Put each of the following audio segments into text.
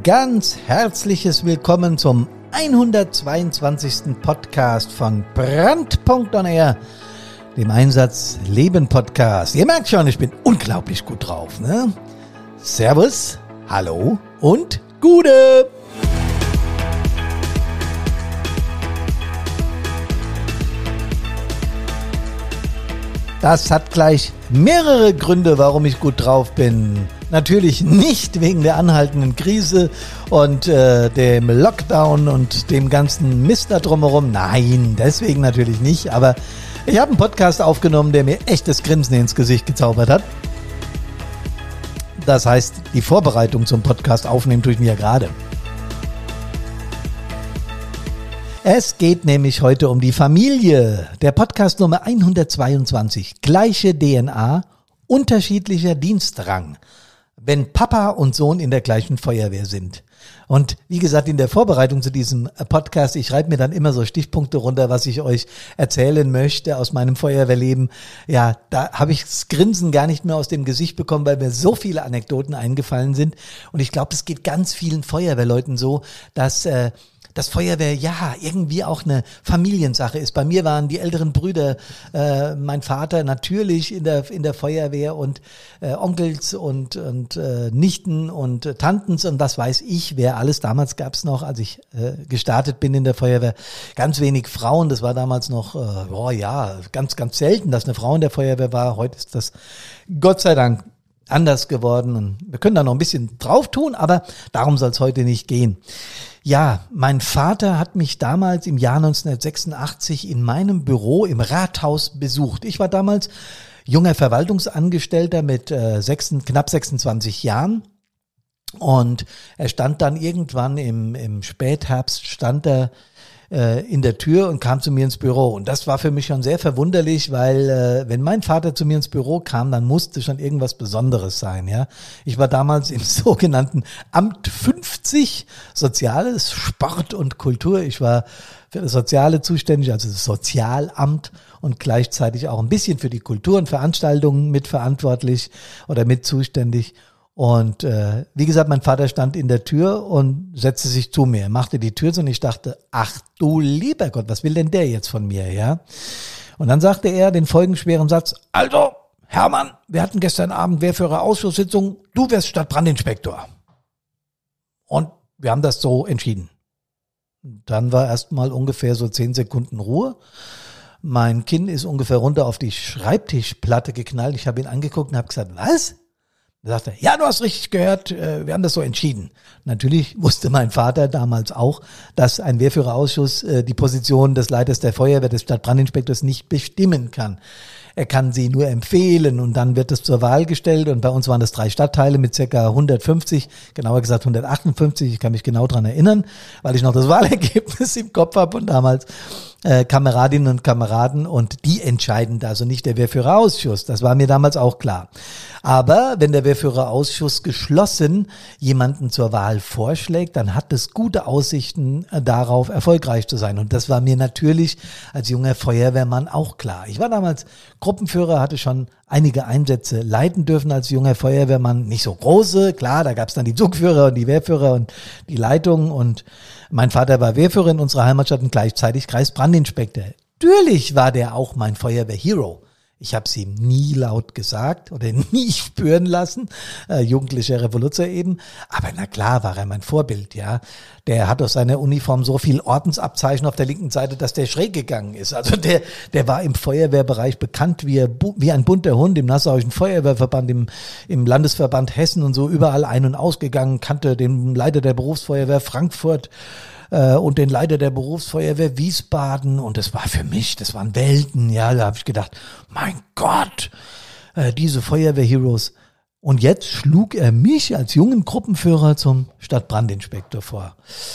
ganz herzliches Willkommen zum 122. Podcast von Brand.on-Air, dem Einsatz Leben Podcast. Ihr merkt schon, ich bin unglaublich gut drauf, ne? Servus, hallo und Gude! Das hat gleich mehrere Gründe, warum ich gut drauf bin. Natürlich nicht wegen der anhaltenden Krise und dem Lockdown und dem ganzen Mist da drumherum. Nein, deswegen natürlich nicht. Aber ich habe einen Podcast aufgenommen, der mir echtes Grinsen ins Gesicht gezaubert hat. Das heißt, die Vorbereitung zum Podcast aufnehmen tue ich mir ja gerade. Es geht nämlich heute um die Familie. Der Podcast Nummer 122. Gleiche DNA, unterschiedlicher Dienstrang. Wenn Papa und Sohn in der gleichen Feuerwehr sind. Und wie gesagt, in der Vorbereitung zu diesem Podcast, ich schreibe mir dann immer so Stichpunkte runter, was ich euch erzählen möchte aus meinem Feuerwehrleben. Ja, da habe ich das Grinsen gar nicht mehr aus dem Gesicht bekommen, weil mir so viele Anekdoten eingefallen sind. Und ich glaube, es geht ganz vielen Feuerwehrleuten so, dass das Feuerwehr ja irgendwie auch eine Familiensache ist. Bei mir waren die älteren Brüder, mein Vater natürlich in der Feuerwehr und Onkels und Nichten und Tantens und was weiß ich, wer alles. Damals gab es noch, als ich gestartet bin in der Feuerwehr, ganz wenig Frauen. Das war damals noch, ganz, ganz selten, dass eine Frau in der Feuerwehr war. Heute ist das Gott sei Dank anders geworden und wir können da noch ein bisschen drauf tun, aber darum soll es heute nicht gehen. Ja, mein Vater hat mich damals im Jahr 1986 in meinem Büro im Rathaus besucht. Ich war damals junger Verwaltungsangestellter mit knapp 26 Jahren und er stand dann irgendwann im Spätherbst, stand er in der Tür und kam zu mir ins Büro. Und das war für mich schon sehr verwunderlich, weil wenn mein Vater zu mir ins Büro kam, dann musste schon irgendwas Besonderes sein. Ja, ich war damals im sogenannten Amt 50, Soziales, Sport und Kultur. Ich war für das Soziale zuständig, also das Sozialamt und gleichzeitig auch ein bisschen für die Kultur und Veranstaltungen mitverantwortlich oder mit zuständig. Und wie gesagt, mein Vater stand in der Tür und setzte sich zu mir, machte die Tür zu und ich dachte, ach du lieber Gott, was will denn der jetzt von mir, ja? Und dann sagte er den folgenschweren Satz, also Hermann, wir hatten gestern Abend Wehrführerausschusssitzung, du wirst Stadtbrandinspektor. Und wir haben das so entschieden. Dann war erstmal ungefähr so 10 Sekunden Ruhe. Mein Kinn ist ungefähr runter auf die Schreibtischplatte geknallt. Ich habe ihn angeguckt und habe gesagt, was? Da sagte er, ja, du hast richtig gehört, wir haben das so entschieden. Natürlich wusste mein Vater damals auch, dass ein Wehrführerausschuss die Position des Leiters der Feuerwehr, des Stadtbrandinspektors nicht bestimmen kann. Er kann sie nur empfehlen und dann wird es zur Wahl gestellt und bei uns waren das 3 Stadtteile mit ca. 150, genauer gesagt 158, ich kann mich genau dran erinnern, weil ich noch das Wahlergebnis im Kopf habe und damals Kameradinnen und Kameraden und die entscheiden, also nicht der Wehrführerausschuss, das war mir damals auch klar. Aber wenn der Wehrführerausschuss geschlossen jemanden zur Wahl vorschlägt, dann hat es gute Aussichten darauf, erfolgreich zu sein. Und das war mir natürlich als junger Feuerwehrmann auch klar. Ich war damals Gruppenführer, hatte schon einige Einsätze leiten dürfen als junger Feuerwehrmann. Nicht so große, klar, da gab es dann die Zugführer und die Wehrführer und die Leitung. Und mein Vater war Wehrführer in unserer Heimatstadt und gleichzeitig Kreisbrandinspektor. Natürlich war der auch mein Feuerwehr-Hero. Ich habe es ihm nie laut gesagt oder nie spüren lassen, jugendlicher Revoluzer eben. Aber na klar war er mein Vorbild, ja. Der hat aus seiner Uniform so viel Ordensabzeichen auf der linken Seite, dass der schräg gegangen ist. Also der war im Feuerwehrbereich bekannt wie ein bunter Hund im Nassauischen Feuerwehrverband, im Landesverband Hessen und so überall ein- und ausgegangen, kannte den Leiter der Berufsfeuerwehr Frankfurt und den Leiter der Berufsfeuerwehr Wiesbaden und das war für mich, das waren Welten, ja, da habe ich gedacht, mein Gott, diese Feuerwehr-Heroes. Und jetzt schlug er mich als jungen Gruppenführer zum Stadtbrandinspektor vor.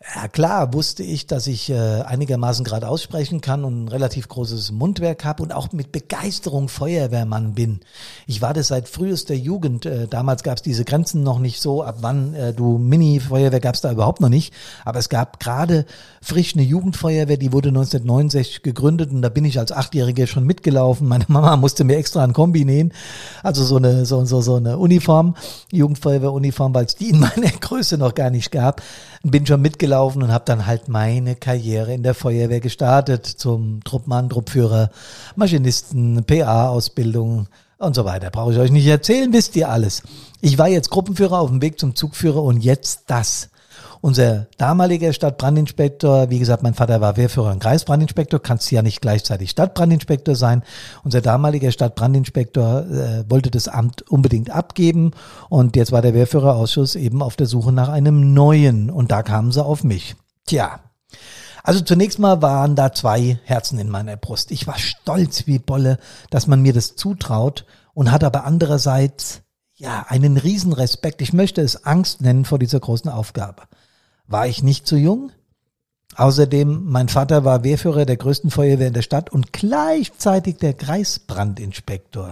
Ja klar, wusste ich, dass ich einigermaßen gerade aussprechen kann und ein relativ großes Mundwerk habe und auch mit Begeisterung Feuerwehrmann bin. Ich war das seit frühester Jugend. Damals gab es diese Grenzen noch nicht so, ab wann du Mini-Feuerwehr gab es da überhaupt noch nicht. Aber es gab gerade frisch eine Jugendfeuerwehr, die wurde 1969 gegründet und da bin ich als 8-Jähriger schon mitgelaufen. Meine Mama musste mir extra ein Kombi nähen, also so eine Uniform, Jugendfeuerwehruniform, weil es die in meiner Größe noch gar nicht gab. Bin schon mitgelaufen und habe dann halt meine Karriere in der Feuerwehr gestartet zum Truppmann, Truppführer, Maschinisten, PA-Ausbildung und so weiter. Brauche ich euch nicht erzählen, wisst ihr alles. Ich war jetzt Gruppenführer auf dem Weg zum Zugführer und jetzt das. Unser damaliger Stadtbrandinspektor, wie gesagt, mein Vater war Wehrführer und Kreisbrandinspektor, kannst ja nicht gleichzeitig Stadtbrandinspektor sein. Unser damaliger Stadtbrandinspektor wollte das Amt unbedingt abgeben und jetzt war der Wehrführerausschuss eben auf der Suche nach einem neuen und da kamen sie auf mich. Tja, also zunächst mal waren da 2 Herzen in meiner Brust. Ich war stolz wie Bolle, dass man mir das zutraut und hatte aber andererseits ja einen Riesenrespekt. Ich möchte es Angst nennen vor dieser großen Aufgabe. War ich nicht zu jung? Außerdem, mein Vater war Wehrführer der größten Feuerwehr in der Stadt und gleichzeitig der Kreisbrandinspektor.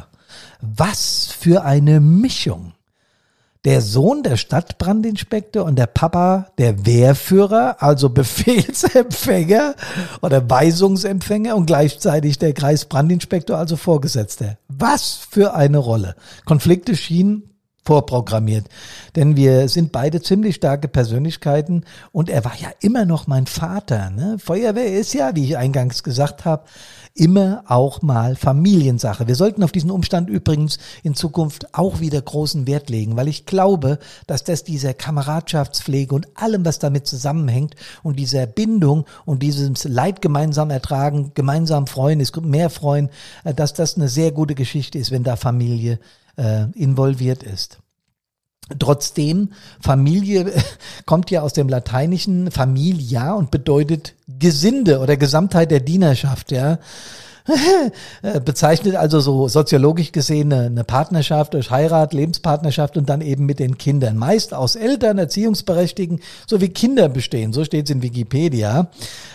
Was für eine Mischung! Der Sohn der Stadtbrandinspektor und der Papa der Wehrführer, also Befehlsempfänger oder Weisungsempfänger und gleichzeitig der Kreisbrandinspektor, also Vorgesetzter. Was für eine Rolle! Konflikte schienen vorprogrammiert, denn wir sind beide ziemlich starke Persönlichkeiten und er war ja immer noch mein Vater. Ne? Feuerwehr ist ja, wie ich eingangs gesagt habe, immer auch mal Familiensache. Wir sollten auf diesen Umstand übrigens in Zukunft auch wieder großen Wert legen, weil ich glaube, dass das dieser Kameradschaftspflege und allem, was damit zusammenhängt und dieser Bindung und dieses Leid gemeinsam ertragen, gemeinsam freuen, es gibt mehr freuen, dass das eine sehr gute Geschichte ist, wenn da Familie involviert ist. Trotzdem, Familie kommt ja aus dem lateinischen familia und bedeutet Gesinde oder Gesamtheit der Dienerschaft, ja. Bezeichnet also so soziologisch gesehen eine Partnerschaft durch Heirat, Lebenspartnerschaft und dann eben mit den Kindern. Meist aus Eltern, Erziehungsberechtigten sowie Kinder bestehen, so steht es in Wikipedia.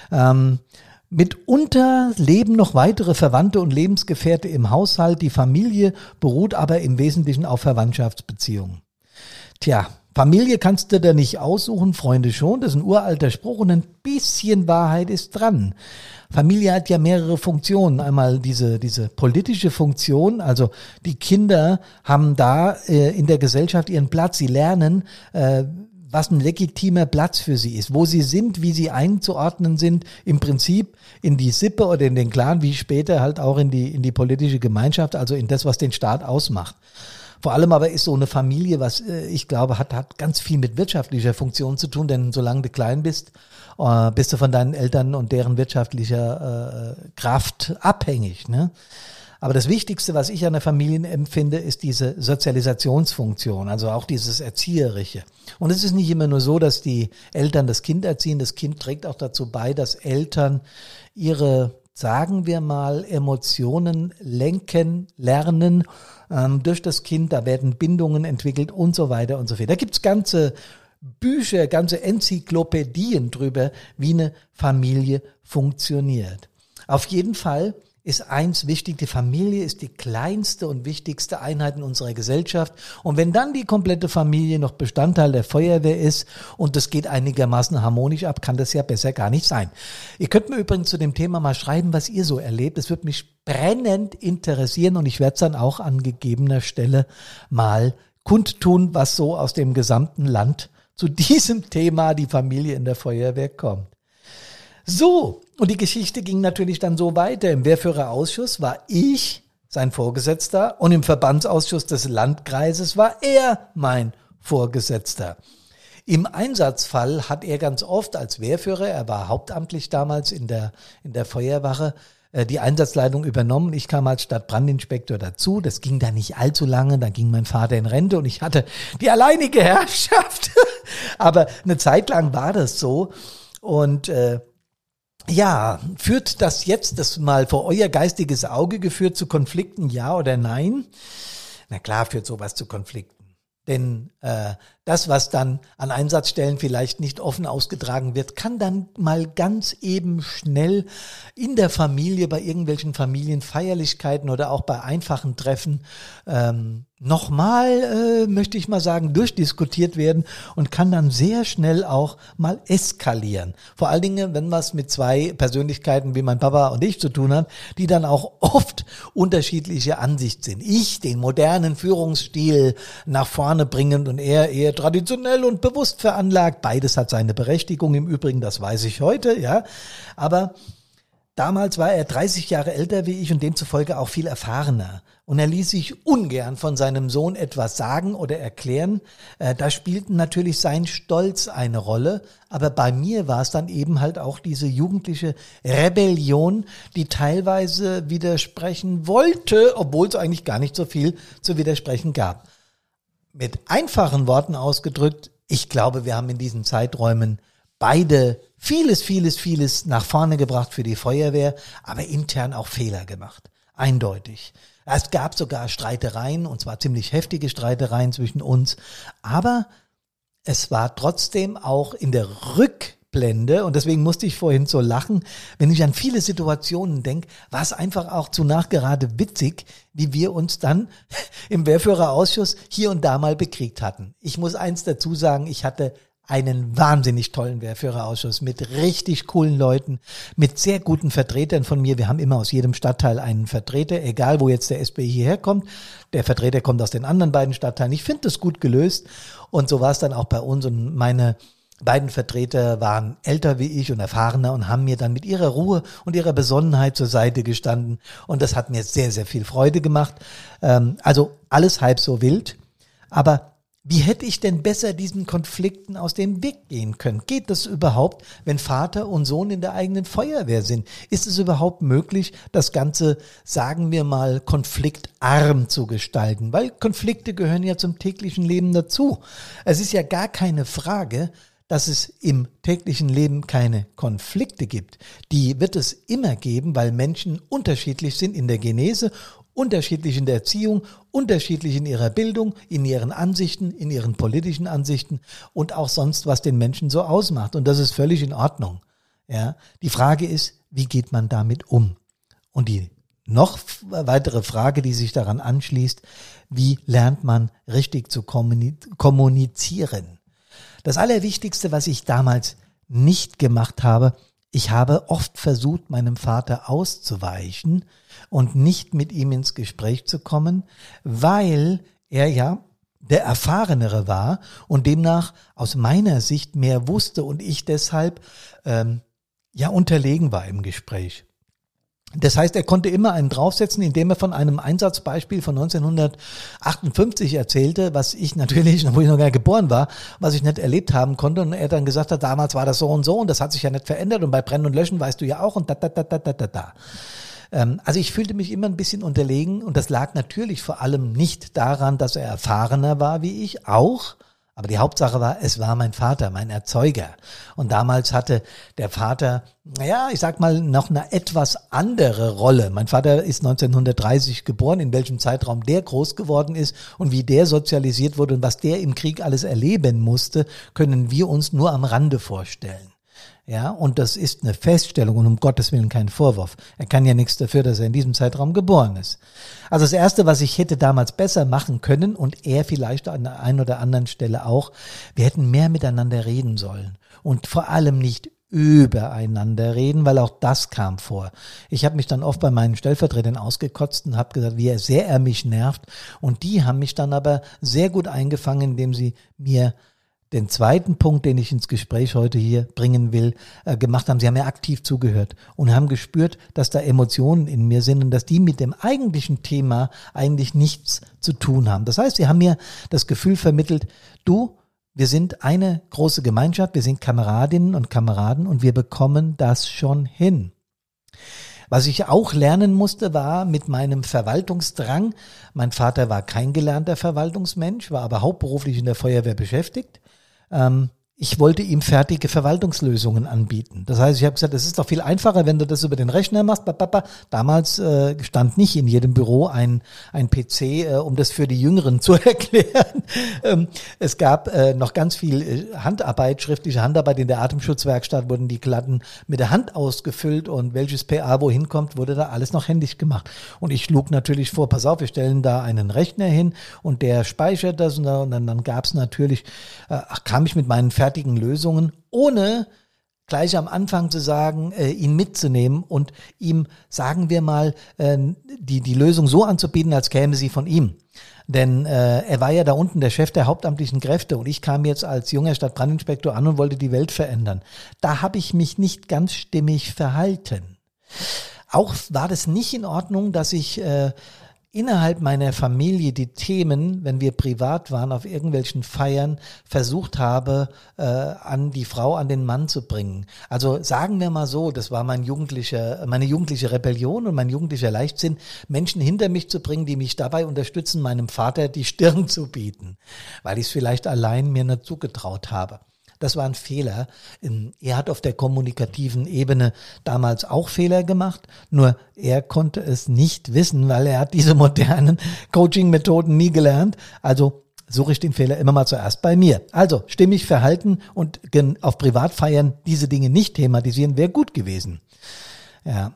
Mitunter leben noch weitere Verwandte und Lebensgefährte im Haushalt. Die Familie beruht aber im Wesentlichen auf Verwandtschaftsbeziehungen. Tja, Familie kannst du da nicht aussuchen, Freunde schon. Das ist ein uralter Spruch und ein bisschen Wahrheit ist dran. Familie hat ja mehrere Funktionen. Einmal diese politische Funktion, also die Kinder haben da in der Gesellschaft ihren Platz. Sie lernen, was ein legitimer Platz für sie ist, wo sie sind, wie sie einzuordnen sind, im Prinzip in die Sippe oder in den Clan, wie später halt auch in die politische Gemeinschaft, also in das, was den Staat ausmacht. Vor allem aber ist so eine Familie, was ich glaube, hat ganz viel mit wirtschaftlicher Funktion zu tun, denn solange du klein bist, bist du von deinen Eltern und deren wirtschaftlicher Kraft abhängig, ne? Aber das Wichtigste, was ich an der Familie empfinde, ist diese Sozialisationsfunktion, also auch dieses Erzieherische. Und es ist nicht immer nur so, dass die Eltern das Kind erziehen, das Kind trägt auch dazu bei, dass Eltern ihre, sagen wir mal, Emotionen lenken, lernen durch das Kind, da werden Bindungen entwickelt und so weiter und so fort. Da gibt's ganze Bücher, ganze Enzyklopädien drüber, wie eine Familie funktioniert. Auf jeden Fall ist eins wichtig, die Familie ist die kleinste und wichtigste Einheit in unserer Gesellschaft. Und wenn dann die komplette Familie noch Bestandteil der Feuerwehr ist und das geht einigermaßen harmonisch ab, kann das ja besser gar nicht sein. Ihr könnt mir übrigens zu dem Thema mal schreiben, was ihr so erlebt. Es würde mich brennend interessieren und ich werde es dann auch an gegebener Stelle mal kundtun, was so aus dem gesamten Land zu diesem Thema, die Familie in der Feuerwehr, kommt. So, und die Geschichte ging natürlich dann so weiter. Im Wehrführerausschuss war ich sein Vorgesetzter und im Verbandsausschuss des Landkreises war er mein Vorgesetzter. Im Einsatzfall hat er ganz oft als Wehrführer, er war hauptamtlich damals in der Feuerwache, die Einsatzleitung übernommen. Ich kam als Stadtbrandinspektor dazu. Das ging dann nicht allzu lange. Dann ging mein Vater in Rente und ich hatte die alleinige Herrschaft. Aber eine Zeit lang war das so. Und ja, führt das jetzt, das mal vor euer geistiges Auge geführt, zu Konflikten, ja oder nein? Na klar, führt sowas zu Konflikten. Denn da das, was dann an Einsatzstellen vielleicht nicht offen ausgetragen wird, kann dann mal ganz eben schnell in der Familie, bei irgendwelchen Familienfeierlichkeiten oder auch bei einfachen Treffen nochmal, möchte ich mal sagen, durchdiskutiert werden und kann dann sehr schnell auch mal eskalieren. Vor allen Dingen, wenn was mit zwei Persönlichkeiten wie mein Papa und ich zu tun hat, die dann auch oft unterschiedliche Ansicht sind. Ich den modernen Führungsstil nach vorne bringend und er eher traditionell und bewusst veranlagt. Beides hat seine Berechtigung im Übrigen, das weiß ich heute, ja. Aber damals war er 30 Jahre älter wie ich und demzufolge auch viel erfahrener. Und er ließ sich ungern von seinem Sohn etwas sagen oder erklären. Da spielten natürlich sein Stolz eine Rolle. Aber bei mir war es dann eben halt auch diese jugendliche Rebellion, die teilweise widersprechen wollte, obwohl es eigentlich gar nicht so viel zu widersprechen gab. Mit einfachen Worten ausgedrückt, ich glaube, wir haben in diesen Zeiträumen beide vieles nach vorne gebracht für die Feuerwehr, aber intern auch Fehler gemacht. Eindeutig. Es gab sogar Streitereien, und zwar ziemlich heftige Streitereien zwischen uns, aber es war trotzdem auch in der Rückblende, und deswegen musste ich vorhin so lachen, wenn ich an viele Situationen denke, war es einfach auch zu nachgerade witzig, wie wir uns dann im Wehrführerausschuss hier und da mal bekriegt hatten. Ich muss eins dazu sagen, ich hatte einen wahnsinnig tollen Wehrführerausschuss mit richtig coolen Leuten, mit sehr guten Vertretern von mir. Wir haben immer aus jedem Stadtteil einen Vertreter, egal wo jetzt der SB hierher kommt. Der Vertreter kommt aus den anderen beiden Stadtteilen. Ich finde das gut gelöst und so war es dann auch bei uns und meine beiden Vertreter waren älter wie ich und erfahrener und haben mir dann mit ihrer Ruhe und ihrer Besonnenheit zur Seite gestanden und das hat mir sehr, sehr viel Freude gemacht. Also alles halb so wild, aber wie hätte ich denn besser diesen Konflikten aus dem Weg gehen können? Geht das überhaupt, wenn Vater und Sohn in der eigenen Feuerwehr sind? Ist es überhaupt möglich, das Ganze, sagen wir mal, konfliktarm zu gestalten? Weil Konflikte gehören ja zum täglichen Leben dazu. Es ist ja gar keine Frage, dass es im täglichen Leben keine Konflikte gibt. Die wird es immer geben, weil Menschen unterschiedlich sind in der Genese, unterschiedlich in der Erziehung, unterschiedlich in ihrer Bildung, in ihren Ansichten, in ihren politischen Ansichten und auch sonst, was den Menschen so ausmacht. Und das ist völlig in Ordnung. Ja, die Frage ist, wie geht man damit um? Und die noch weitere Frage, die sich daran anschließt, wie lernt man richtig zu kommunizieren? Das Allerwichtigste, was ich damals nicht gemacht habe, ich habe oft versucht, meinem Vater auszuweichen und nicht mit ihm ins Gespräch zu kommen, weil er ja der Erfahrenere war und demnach aus meiner Sicht mehr wusste und ich deshalb unterlegen war im Gespräch. Das heißt, er konnte immer einen draufsetzen, indem er von einem Einsatzbeispiel von 1958 erzählte, was ich natürlich, obwohl ich noch gar nicht geboren war, was ich nicht erlebt haben konnte. Und er dann gesagt hat, damals war das so und das hat sich ja nicht verändert und bei Brennen und Löschen weißt du ja auch und da. Also ich fühlte mich immer ein bisschen unterlegen und das lag natürlich vor allem nicht daran, dass er erfahrener war wie ich, auch. Aber die Hauptsache war, es war mein Vater, mein Erzeuger. Und damals hatte der Vater, ich sag mal, noch eine etwas andere Rolle. Mein Vater ist 1930 geboren, in welchem Zeitraum der groß geworden ist und wie der sozialisiert wurde und was der im Krieg alles erleben musste, können wir uns nur am Rande vorstellen. Ja, und das ist eine Feststellung und um Gottes Willen kein Vorwurf. Er kann ja nichts dafür, dass er in diesem Zeitraum geboren ist. Also das Erste, was ich hätte damals besser machen können und er vielleicht an der einen oder anderen Stelle auch, wir hätten mehr miteinander reden sollen und vor allem nicht übereinander reden, weil auch das kam vor. Ich habe mich dann oft bei meinen Stellvertretern ausgekotzt und habe gesagt, wie sehr er mich nervt und die haben mich dann aber sehr gut eingefangen, indem sie mir den zweiten Punkt, den ich ins Gespräch heute hier bringen will, gemacht haben. Sie haben ja aktiv zugehört und haben gespürt, dass da Emotionen in mir sind und dass die mit dem eigentlichen Thema eigentlich nichts zu tun haben. Das heißt, sie haben mir das Gefühl vermittelt, wir sind eine große Gemeinschaft, wir sind Kameradinnen und Kameraden und wir bekommen das schon hin. Was ich auch lernen musste, war mit meinem Verwaltungsdrang. Mein Vater war kein gelernter Verwaltungsmensch, war aber hauptberuflich in der Feuerwehr beschäftigt. ich wollte ihm fertige Verwaltungslösungen anbieten. Das heißt, ich habe gesagt, es ist doch viel einfacher, wenn du das über den Rechner machst. Damals stand nicht in jedem Büro ein PC, um das für die Jüngeren zu erklären. Es gab noch ganz viel Handarbeit, schriftliche Handarbeit. In der Atemschutzwerkstatt wurden die Klatten mit der Hand ausgefüllt und welches PA wohin kommt, wurde da alles noch händisch gemacht. Und ich schlug natürlich vor, pass auf, wir stellen da einen Rechner hin und der speichert das und dann gab es natürlich, kam ich mit meinen fertigen Lösungen, ohne gleich am Anfang zu sagen, ihn mitzunehmen und ihm, sagen wir mal, die Lösung so anzubieten, als käme sie von ihm. Denn er war ja da unten der Chef der hauptamtlichen Kräfte und ich kam jetzt als junger Stadtbrandinspektor an und wollte die Welt verändern. Da habe ich mich nicht ganz stimmig verhalten. Auch war das nicht in Ordnung, dass ich innerhalb meiner Familie die Themen, wenn wir privat waren, auf irgendwelchen Feiern versucht habe, an die Frau, an den Mann zu bringen. Also sagen wir mal so, das war meine jugendliche Rebellion und mein jugendlicher Leichtsinn, Menschen hinter mich zu bringen, die mich dabei unterstützen, meinem Vater die Stirn zu bieten, weil ich es vielleicht allein mir nicht zugetraut habe. Das war ein Fehler. Er hat auf der kommunikativen Ebene damals auch Fehler gemacht, nur er konnte es nicht wissen, weil er hat diese modernen Coaching-Methoden nie gelernt. Also suche ich den Fehler immer mal zuerst bei mir. Also stimmig verhalten und auf Privatfeiern diese Dinge nicht thematisieren, wäre gut gewesen. Ja.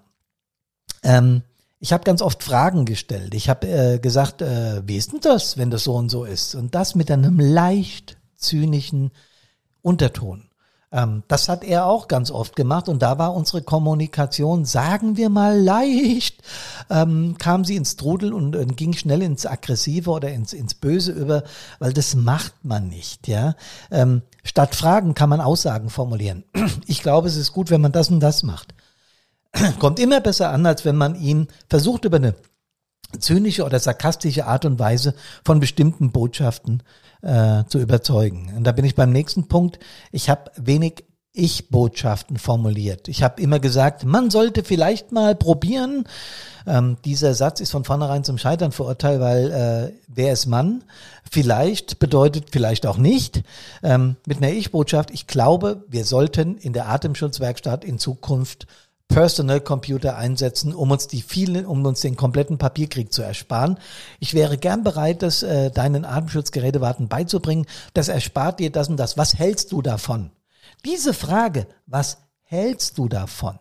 Ich habe ganz oft Fragen gestellt. Ich habe gesagt, wie ist denn das, wenn das so und so ist? Und das mit einem leicht zynischen Unterton. Das hat er auch ganz oft gemacht und da war unsere Kommunikation, sagen wir mal leicht, kam sie ins Trudel und ging schnell ins Aggressive oder ins Böse über, weil das macht man nicht. Ja. Statt Fragen kann man Aussagen formulieren. Ich glaube, es ist gut, wenn man das und das macht. Kommt immer besser an, als wenn man ihn versucht, über eine zynische oder sarkastische Art und Weise von bestimmten Botschaften zu überzeugen. Und da bin ich beim nächsten Punkt. Ich habe wenig Ich-Botschaften formuliert. Ich habe immer gesagt, man sollte vielleicht mal probieren. Dieser Satz ist von vornherein zum Scheitern verurteilt, weil wer ist Mann? Vielleicht bedeutet vielleicht auch nicht. Mit einer Ich-Botschaft, ich glaube, wir sollten in der Atemschutzwerkstatt in Zukunft Personal Computer einsetzen, um uns den kompletten Papierkrieg zu ersparen. Ich wäre gern bereit, das deinen Atemschutzgerätewarten beizubringen. Das erspart dir das und das. Was hältst du davon? Diese Frage, was hältst du davon,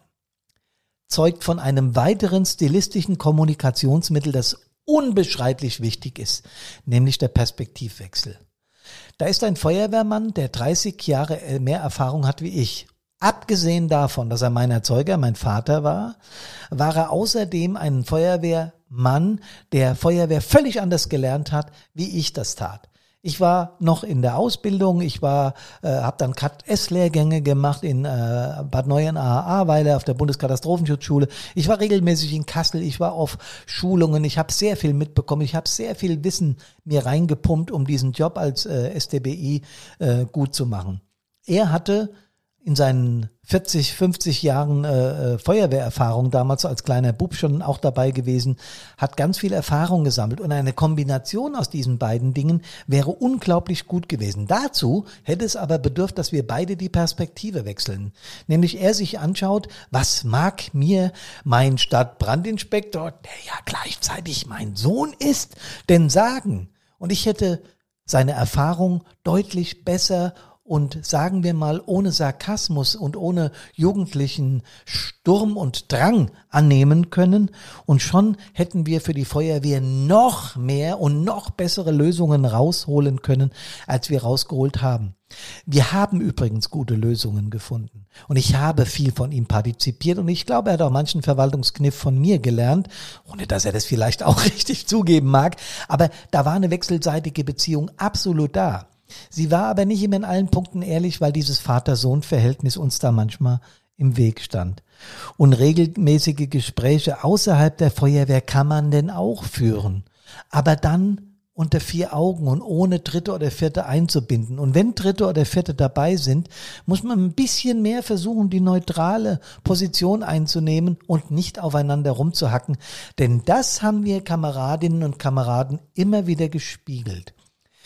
zeugt von einem weiteren stilistischen Kommunikationsmittel, das unbeschreiblich wichtig ist, nämlich der Perspektivwechsel. Da ist ein Feuerwehrmann, der 30 Jahre mehr Erfahrung hat wie ich. Abgesehen davon, dass er mein Erzeuger, mein Vater war, war er außerdem ein Feuerwehrmann, der Feuerwehr völlig anders gelernt hat, wie ich das tat. Ich war noch in der Ausbildung, habe dann Kat-S-Lehrgänge gemacht in Bad Neuenahr-Ahrweiler auf der Bundeskatastrofenschutzschule. Ich war regelmäßig in Kassel, ich war auf Schulungen, ich habe sehr viel mitbekommen, ich habe sehr viel Wissen mir reingepumpt, um diesen Job als StBI gut zu machen. Er hatte in seinen 40, 50 Jahren Feuerwehrerfahrung, damals als kleiner Bub schon auch dabei gewesen, hat ganz viel Erfahrung gesammelt und eine Kombination aus diesen beiden Dingen wäre unglaublich gut gewesen. Dazu hätte es aber bedürft, dass wir beide die Perspektive wechseln. Nämlich er sich anschaut, was mag mir mein Stadtbrandinspektor, der ja gleichzeitig mein Sohn ist, denn sagen? Und ich hätte seine Erfahrung deutlich besser und sagen wir mal ohne Sarkasmus und ohne jugendlichen Sturm und Drang annehmen können und schon hätten wir für die Feuerwehr noch mehr und noch bessere Lösungen rausholen können, als wir rausgeholt haben. Wir haben übrigens gute Lösungen gefunden und ich habe viel von ihm partizipiert und ich glaube, er hat auch manchen Verwaltungskniff von mir gelernt, ohne dass er das vielleicht auch richtig zugeben mag, aber da war eine wechselseitige Beziehung absolut da. Sie war aber nicht immer in allen Punkten ehrlich, weil dieses Vater-Sohn-Verhältnis uns da manchmal im Weg stand. Und regelmäßige Gespräche außerhalb der Feuerwehr kann man denn auch führen. Aber dann unter 4 Augen und ohne Dritte oder Vierte einzubinden. Und wenn Dritte oder Vierte dabei sind, muss man ein bisschen mehr versuchen, die neutrale Position einzunehmen und nicht aufeinander rumzuhacken. Denn das haben wir Kameradinnen und Kameraden immer wieder gespiegelt.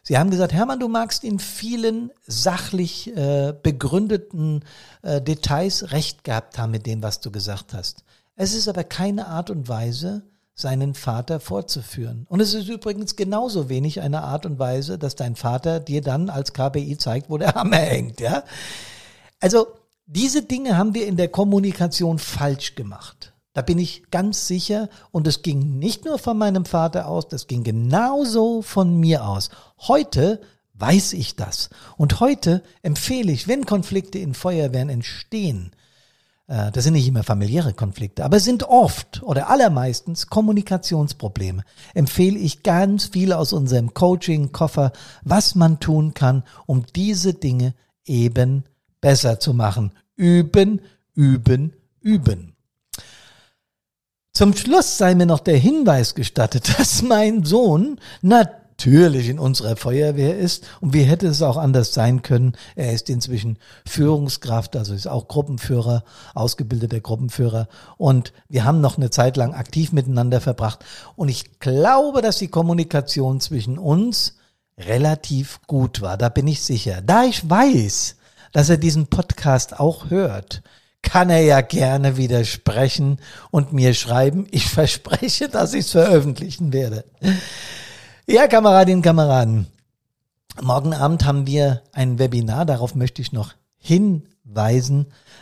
Sie haben gesagt, Hermann, du magst in vielen sachlich begründeten Details recht gehabt haben mit dem, was du gesagt hast. Es ist aber keine Art und Weise, seinen Vater vorzuführen. Und es ist übrigens genauso wenig eine Art und Weise, dass dein Vater dir dann als KPI zeigt, wo der Hammer hängt. Ja? Also diese Dinge haben wir in der Kommunikation falsch gemacht. Da bin ich ganz sicher, und es ging nicht nur von meinem Vater aus, das ging genauso von mir aus. Heute weiß ich das. Und heute empfehle ich, wenn Konflikte in Feuerwehren entstehen, das sind nicht immer familiäre Konflikte, aber es sind oft oder allermeistens Kommunikationsprobleme, empfehle ich ganz viel aus unserem Coaching-Koffer, was man tun kann, um diese Dinge eben besser zu machen. Üben, üben, üben. Zum Schluss sei mir noch der Hinweis gestattet, dass mein Sohn natürlich in unserer Feuerwehr ist, und wie hätte es auch anders sein können. Er ist inzwischen Führungskraft, also ist auch Gruppenführer, ausgebildeter Gruppenführer, und wir haben noch eine Zeit lang aktiv miteinander verbracht, und ich glaube, dass die Kommunikation zwischen uns relativ gut war, da bin ich sicher. Da ich weiß, dass er diesen Podcast auch hört, kann er ja gerne widersprechen und mir schreiben. Ich verspreche, dass ich es veröffentlichen werde. Ja, Kameradinnen und Kameraden, morgen Abend haben wir ein Webinar, darauf möchte ich noch hinweisen,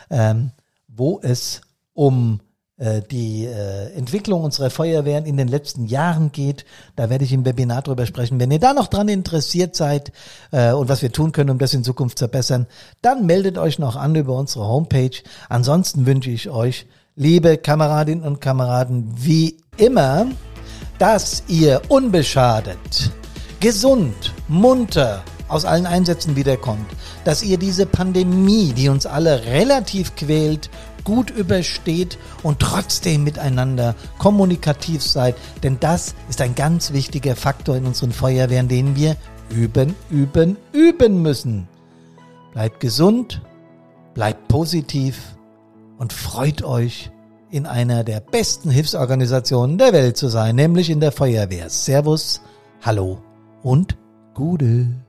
wo es um die Entwicklung unserer Feuerwehren in den letzten Jahren geht. Da werde ich im Webinar drüber sprechen. Wenn ihr da noch dran interessiert seid und was wir tun können, um das in Zukunft zu verbessern, dann meldet euch noch an über unsere Homepage. Ansonsten wünsche ich euch, liebe Kameradinnen und Kameraden, wie immer, dass ihr unbeschadet, gesund, munter aus allen Einsätzen wiederkommt, dass ihr diese Pandemie, die uns alle relativ quält, gut übersteht und trotzdem miteinander kommunikativ seid, denn das ist ein ganz wichtiger Faktor in unseren Feuerwehren, den wir üben, üben, üben müssen. Bleibt gesund, bleibt positiv und freut euch, in einer der besten Hilfsorganisationen der Welt zu sein, nämlich in der Feuerwehr. Servus, hallo und Gude.